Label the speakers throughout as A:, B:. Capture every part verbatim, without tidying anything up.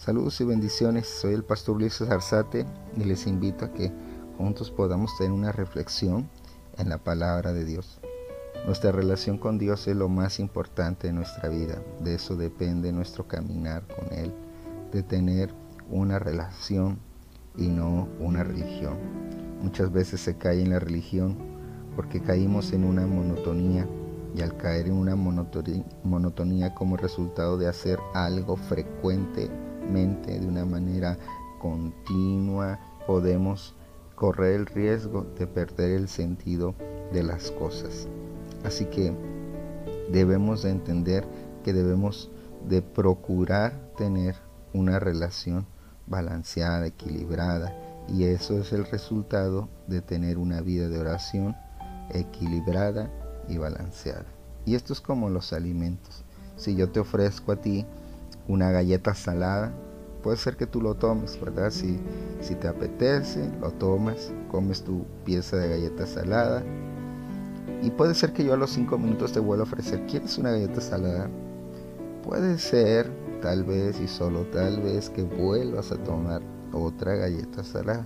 A: Saludos y bendiciones, soy el pastor Luis Arzate y les invito a que juntos podamos tener una reflexión en la palabra de Dios. Nuestra relación con Dios es lo más importante en nuestra vida, de eso depende nuestro caminar con Él, de tener una relación y no una religión. Muchas veces se cae en la religión porque caímos en una monotonía, y al caer en una monotonía como resultado de hacer algo frecuentemente, de una manera continua, podemos correr el riesgo de perder el sentido de las cosas. Así que debemos de entender que debemos de procurar tener una relación balanceada, equilibrada, y eso es el resultado de tener una vida de oración equilibrada y balanceada. Y esto es como los alimentos. Si yo te ofrezco a ti una galleta salada, puede ser que tú lo tomes, ¿verdad? Si, si te apetece, lo tomas, comes tu pieza de galleta salada. Y puede ser que yo a los cinco minutos te vuelva a ofrecer, ¿quieres una galleta salada? Puede ser, tal vez y solo tal vez, que vuelvas a tomar otra galleta salada.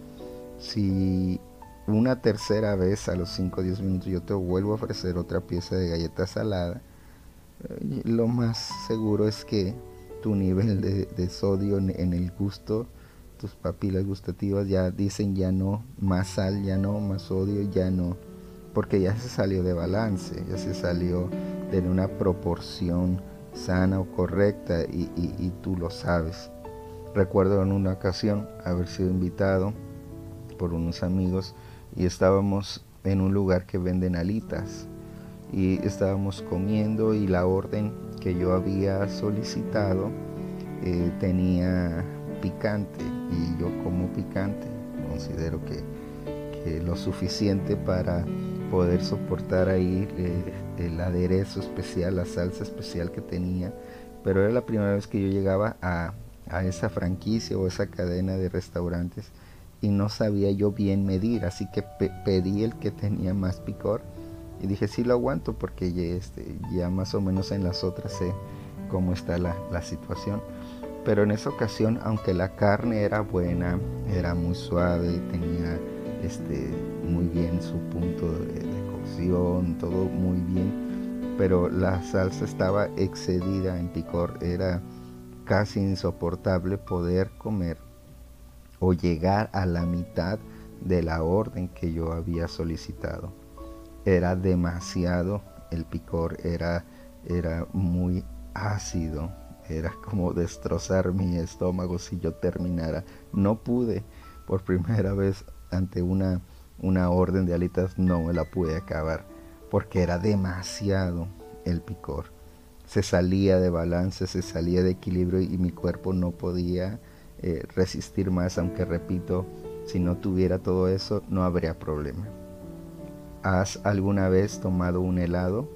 A: Si una tercera vez a los cinco o diez minutos yo te vuelvo a ofrecer otra pieza de galleta salada, eh, lo más seguro es que tu nivel de, de sodio en, en el gusto, tus papilas gustativas ya dicen ya no, más sal ya no, más sodio ya no, porque ya se salió de balance, ya se salió de una proporción sana o correcta y, y, y tú lo sabes. Recuerdo en una ocasión haber sido invitado por unos amigos y estábamos en un lugar que venden alitas y estábamos comiendo, y la orden que yo había solicitado eh, tenía picante, y yo como picante, considero que, que lo suficiente para poder soportar ahí eh, el aderezo especial, la salsa especial que tenía. Pero era la primera vez que yo llegaba a, a esa franquicia o esa cadena de restaurantes y no sabía yo bien medir, así que pe- pedí el que tenía más picor y dije sí lo aguanto, porque ya, este, ya más o menos en las otras sé cómo está la, la situación. Pero en esa ocasión, aunque la carne era buena, era muy suave, tenía este, muy bien su punto de, de cocción, todo muy bien, pero la salsa estaba excedida en picor, era casi insoportable poder comer o llegar a la mitad de la orden que yo había solicitado. Era demasiado el picor, era, era muy ácido, era como destrozar mi estómago si yo terminara. No pude, por primera vez ante una, una orden de alitas, no me la pude acabar, porque era demasiado el picor. Se salía de balance, se salía de equilibrio y mi cuerpo no podía eh, resistir más, aunque repito, si no tuviera todo eso no habría problema. ¿Has alguna vez tomado un helado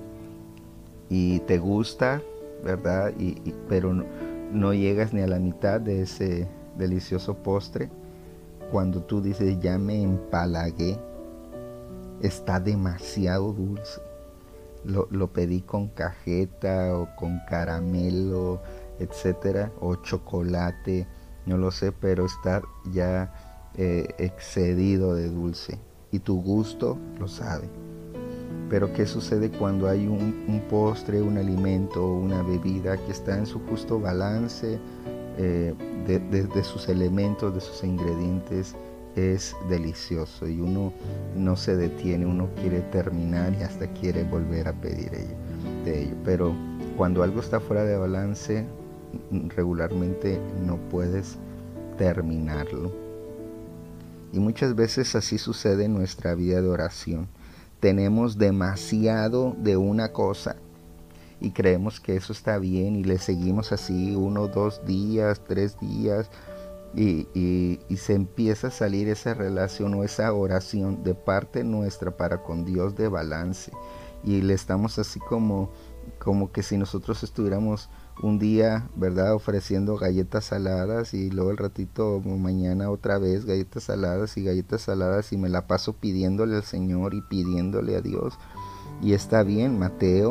A: y te gusta, verdad? Y, y, pero no, no llegas ni a la mitad de ese delicioso postre. Cuando tú dices ya me empalagué, está demasiado dulce. Lo, lo pedí con cajeta o con caramelo, etcétera, o chocolate, no lo sé, pero está ya eh, excedido de dulce y tu gusto lo sabe. Pero ¿qué sucede cuando hay un, un postre, un alimento, una bebida que está en su justo balance eh, de, de, de sus elementos, de sus ingredientes? Es delicioso y uno no se detiene, uno quiere terminar y hasta quiere volver a pedir ello, de ello. Pero cuando algo está fuera de balance, regularmente no puedes terminarlo. Y muchas veces así sucede en nuestra vida de oración. Tenemos demasiado de una cosa y creemos que eso está bien y le seguimos así uno, dos días, tres días. Y, y, y se empieza a salir esa relación o esa oración de parte nuestra para con Dios de balance, y le estamos así como, como que si nosotros estuviéramos un día, ¿verdad?, ofreciendo galletas saladas y luego el ratito mañana otra vez galletas saladas y galletas saladas, y me la paso pidiéndole al Señor y pidiéndole a Dios. Y está bien, Mateo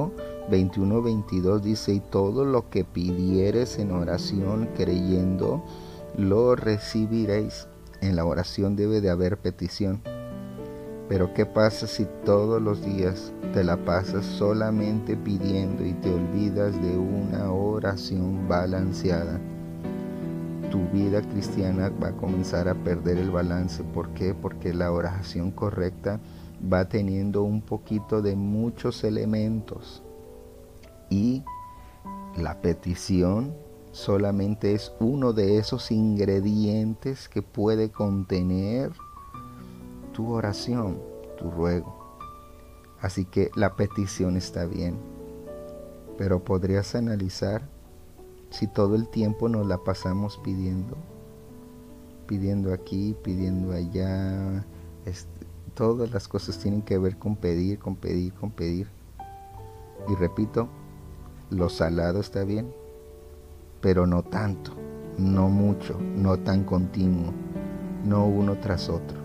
A: veintiuno veintidós dice: y todo lo que pidieres en oración creyendo, lo recibiréis. En la oración debe de haber petición. Pero ¿qué pasa si todos los días te la pasas solamente pidiendo y te olvidas de una oración balanceada? Tu vida cristiana va a comenzar a perder el balance. ¿Por qué? Porque la oración correcta va teniendo un poquito de muchos elementos y la petición solamente es uno de esos ingredientes que puede contener tu oración, tu ruego. Así que la petición está bien, pero podrías analizar si todo el tiempo nos la pasamos pidiendo, pidiendo aquí, pidiendo allá. Este, todas las cosas tienen que ver con pedir, con pedir, con pedir. Y repito, lo salado está bien, pero no tanto, no mucho, no tan continuo, no uno tras otro.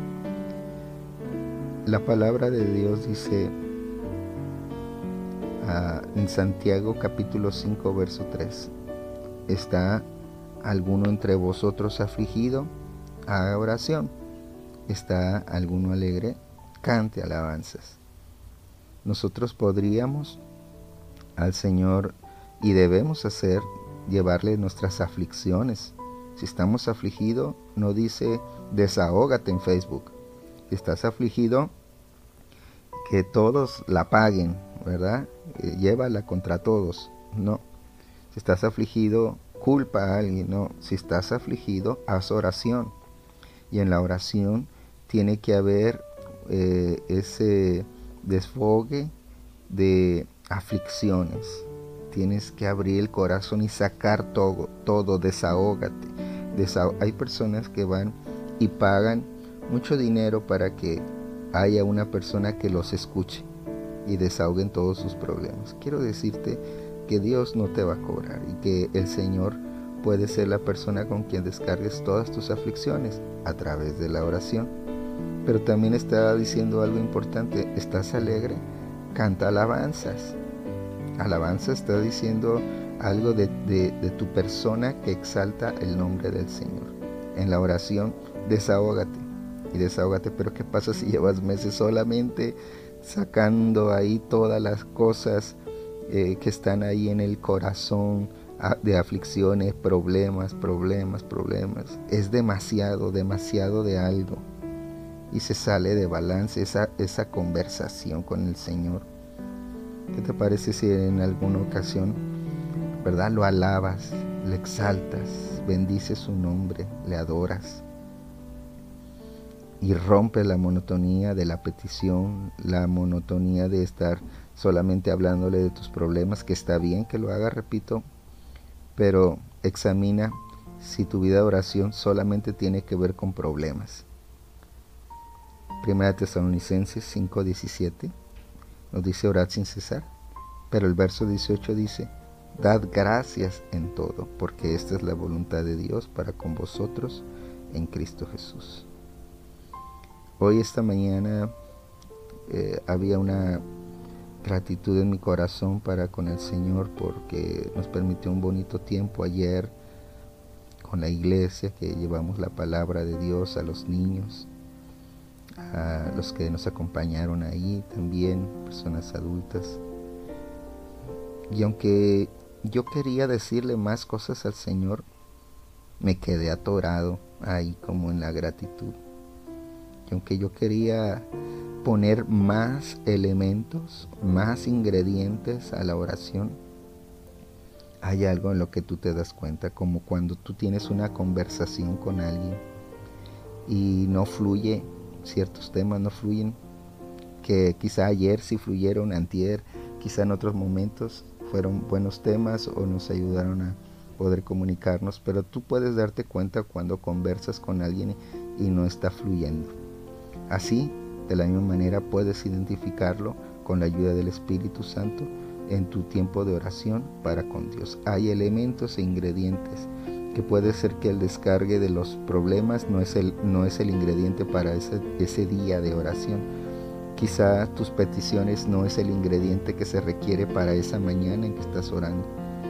A: La palabra de Dios dice uh, en Santiago capítulo cinco verso tres: ¿está alguno entre vosotros afligido? Haga oración. ¿Está alguno alegre? Cante alabanzas. Nosotros podríamos al Señor, y debemos hacer, llevarle nuestras aflicciones. Si estamos afligidos, no dice desahógate en Facebook. Si estás afligido, que todos la paguen, ¿verdad? Eh, llévala contra todos. No. Si estás afligido, culpa a alguien. No. Si estás afligido, haz oración. Y en la oración tiene que haber eh, ese desfogue de aflicciones. Tienes que abrir el corazón y sacar todo, todo, desahógate. Desah- Hay personas que van y pagan mucho dinero para que haya una persona que los escuche y desahoguen todos sus problemas. Quiero decirte que Dios no te va a cobrar y que el Señor puede ser la persona con quien descargues todas tus aflicciones a través de la oración. Pero también está diciendo algo importante: ¿estás alegre? Canta alabanzas. Alabanza está diciendo algo de, de, de tu persona que exalta el nombre del Señor. En la oración, desahógate y desahógate. Pero ¿qué pasa si llevas meses solamente sacando ahí todas las cosas eh, que están ahí en el corazón, de aflicciones, problemas, problemas, problemas? Es demasiado, demasiado de algo. Y se sale de balance esa, esa conversación con el Señor. ¿Qué te parece si en alguna ocasión, verdad, lo alabas, le exaltas, bendices su nombre, le adoras y rompes la monotonía de la petición, la monotonía de estar solamente hablándole de tus problemas? Que está bien que lo hagas, repito, pero examina si tu vida de oración solamente tiene que ver con problemas. Primera Tesalonicenses cinco diecisiete nos dice: orad sin cesar. Pero el verso dieciocho dice: dad gracias en todo, porque esta es la voluntad de Dios para con vosotros en Cristo Jesús. Hoy, esta mañana, eh, había una gratitud en mi corazón para con el Señor, porque nos permitió un bonito tiempo ayer con la iglesia, que llevamos la palabra de Dios a los niños, a los que nos acompañaron ahí también, personas adultas. Y aunque yo quería decirle más cosas al Señor, me quedé atorado ahí como en la gratitud. Y aunque yo quería poner más elementos, más ingredientes a la oración, hay algo en lo que tú te das cuenta, como cuando tú tienes una conversación con alguien y no fluye, ciertos temas no fluyen, que quizá ayer sí fluyeron, antier, quizá en otros momentos fueron buenos temas o nos ayudaron a poder comunicarnos, pero tú puedes darte cuenta cuando conversas con alguien y no está fluyendo. Así, de la misma manera, puedes identificarlo con la ayuda del Espíritu Santo en tu tiempo de oración para con Dios. Hay elementos e ingredientes que puede ser que el descargue de los problemas no es el, no es el ingrediente para ese, ese día de oración. Quizá tus peticiones no es el ingrediente que se requiere para esa mañana en que estás orando.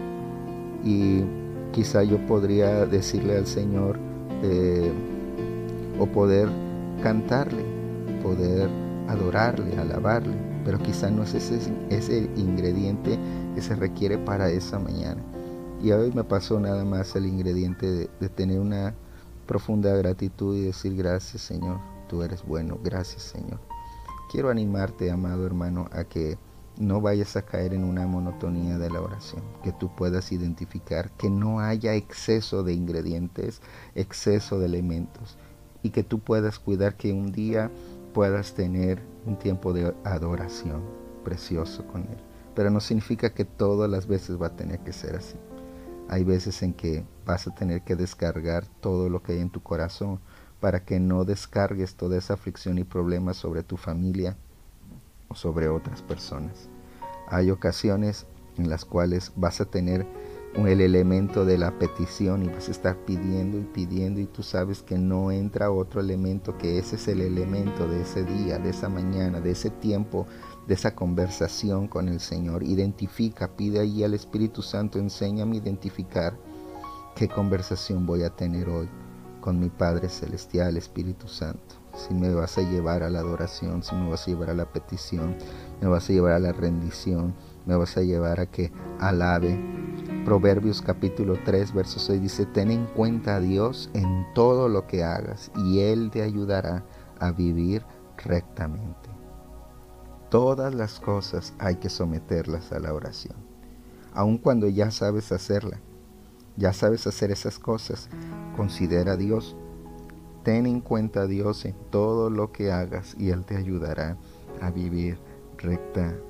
A: Y quizá yo podría decirle al Señor eh, o poder cantarle, poder adorarle, alabarle, pero quizá no es ese, ese ingrediente que se requiere para esa mañana. Y hoy me pasó nada más el ingrediente de, de tener una profunda gratitud y decir gracias, Señor, tú eres bueno, gracias, Señor. Quiero animarte, amado hermano, a que no vayas a caer en una monotonía de la oración, que tú puedas identificar que no haya exceso de ingredientes, exceso de elementos, y que tú puedas cuidar que un día puedas tener un tiempo de adoración precioso con Él. Pero no significa que todas las veces va a tener que ser así. Hay veces en que vas a tener que descargar todo lo que hay en tu corazón para que no descargues toda esa aflicción y problemas sobre tu familia o sobre otras personas. Hay ocasiones en las cuales vas a tener el elemento de la petición y vas a estar pidiendo y pidiendo y tú sabes que no entra otro elemento, que ese es el elemento de ese día, de esa mañana, de ese tiempo, de esa conversación con el Señor. Identifica, pide ahí al Espíritu Santo, enséñame a identificar qué conversación voy a tener hoy con mi Padre Celestial, Espíritu Santo. Si me vas a llevar a la adoración, si me vas a llevar a la petición, me vas a llevar a la rendición, me vas a llevar a que alabe. Proverbios capítulo tres, verso seis dice, ten en cuenta a Dios en todo lo que hagas y Él te ayudará a vivir rectamente. Todas las cosas hay que someterlas a la oración, aun cuando ya sabes hacerla. Ya sabes hacer esas cosas, considera a Dios, ten en cuenta a Dios en todo lo que hagas y Él te ayudará a vivir rectamente.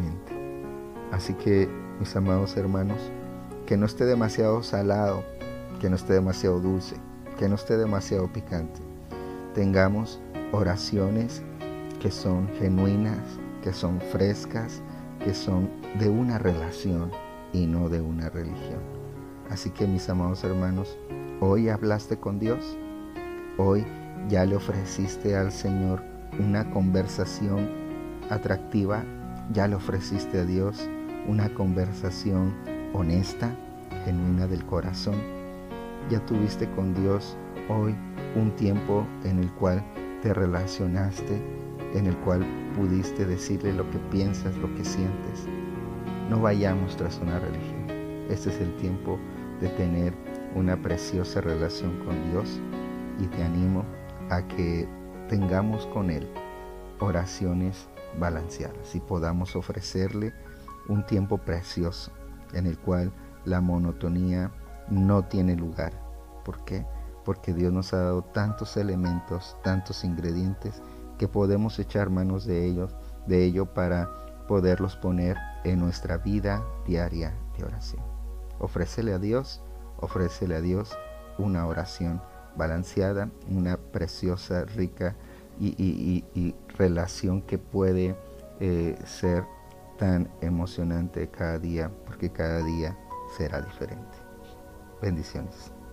A: Así que, mis amados hermanos, que no esté demasiado salado, que no esté demasiado dulce, que no esté demasiado picante. Tengamos oraciones que son genuinas, que son frescas, que son de una relación y no de una religión. Así que, mis amados hermanos, hoy hablaste con Dios, hoy ya le ofreciste al Señor una conversación atractiva, ya le ofreciste a Dios una conversación honesta, genuina del corazón. Ya tuviste con Dios hoy un tiempo en el cual te relacionaste, en el cual pudiste decirle lo que piensas, lo que sientes. No vayamos tras una religión. Este es el tiempo de tener una preciosa relación con Dios y te animo a que tengamos con Él oraciones balanceadas y podamos ofrecerle un tiempo precioso en el cual la monotonía no tiene lugar. ¿Por qué? Porque Dios nos ha dado tantos elementos, tantos ingredientes que podemos echar manos de ellos, de ello para poderlos poner en nuestra vida diaria de oración. Ofrécele a Dios, ofrécele a Dios una oración balanceada, una preciosa, rica y, y, y, y relación que puede eh, ser tan emocionante cada día, porque cada día será diferente. Bendiciones.